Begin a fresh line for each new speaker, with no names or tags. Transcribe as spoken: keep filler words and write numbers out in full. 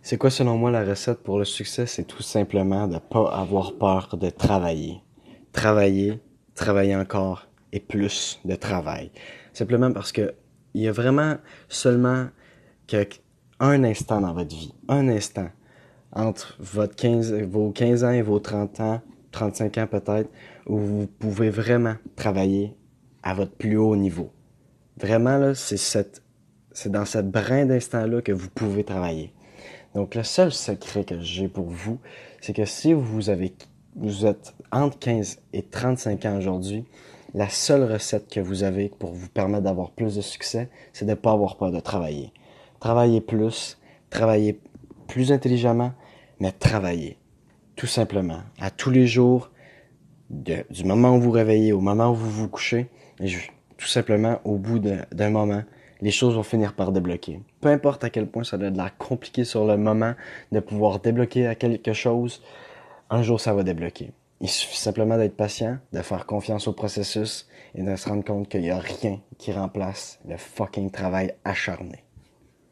C'est quoi selon moi la recette pour le succès? C'est tout simplement de ne pas avoir peur de travailler. Travailler, travailler encore et plus de travail. Simplement parce que il y a vraiment seulement que un instant dans votre vie, un instant, entre votre quinze, vos quinze ans et vos trente ans, trente-cinq ans peut-être, où vous pouvez vraiment travailler à votre plus haut niveau. Vraiment, là, c'est cette, c'est dans cette brin d'instant-là que vous pouvez travailler. Donc, le seul secret que j'ai pour vous, c'est que si vous avez, vous êtes entre quinze et trente-cinq ans aujourd'hui, la seule recette que vous avez pour vous permettre d'avoir plus de succès, c'est de ne pas avoir peur de travailler. Travailler plus, travailler plus intelligemment, mais travailler. Tout simplement. À tous les jours, de, du moment où vous vous réveillez au moment où vous vous couchez, et je, tout simplement, au bout d'un moment, les choses vont finir par débloquer. Peu importe à quel point ça doit être l'air compliqué sur le moment de pouvoir débloquer à quelque chose, un jour ça va débloquer. Il suffit simplement d'être patient, de faire confiance au processus et de se rendre compte qu'il n'y a rien qui remplace le fucking travail acharné.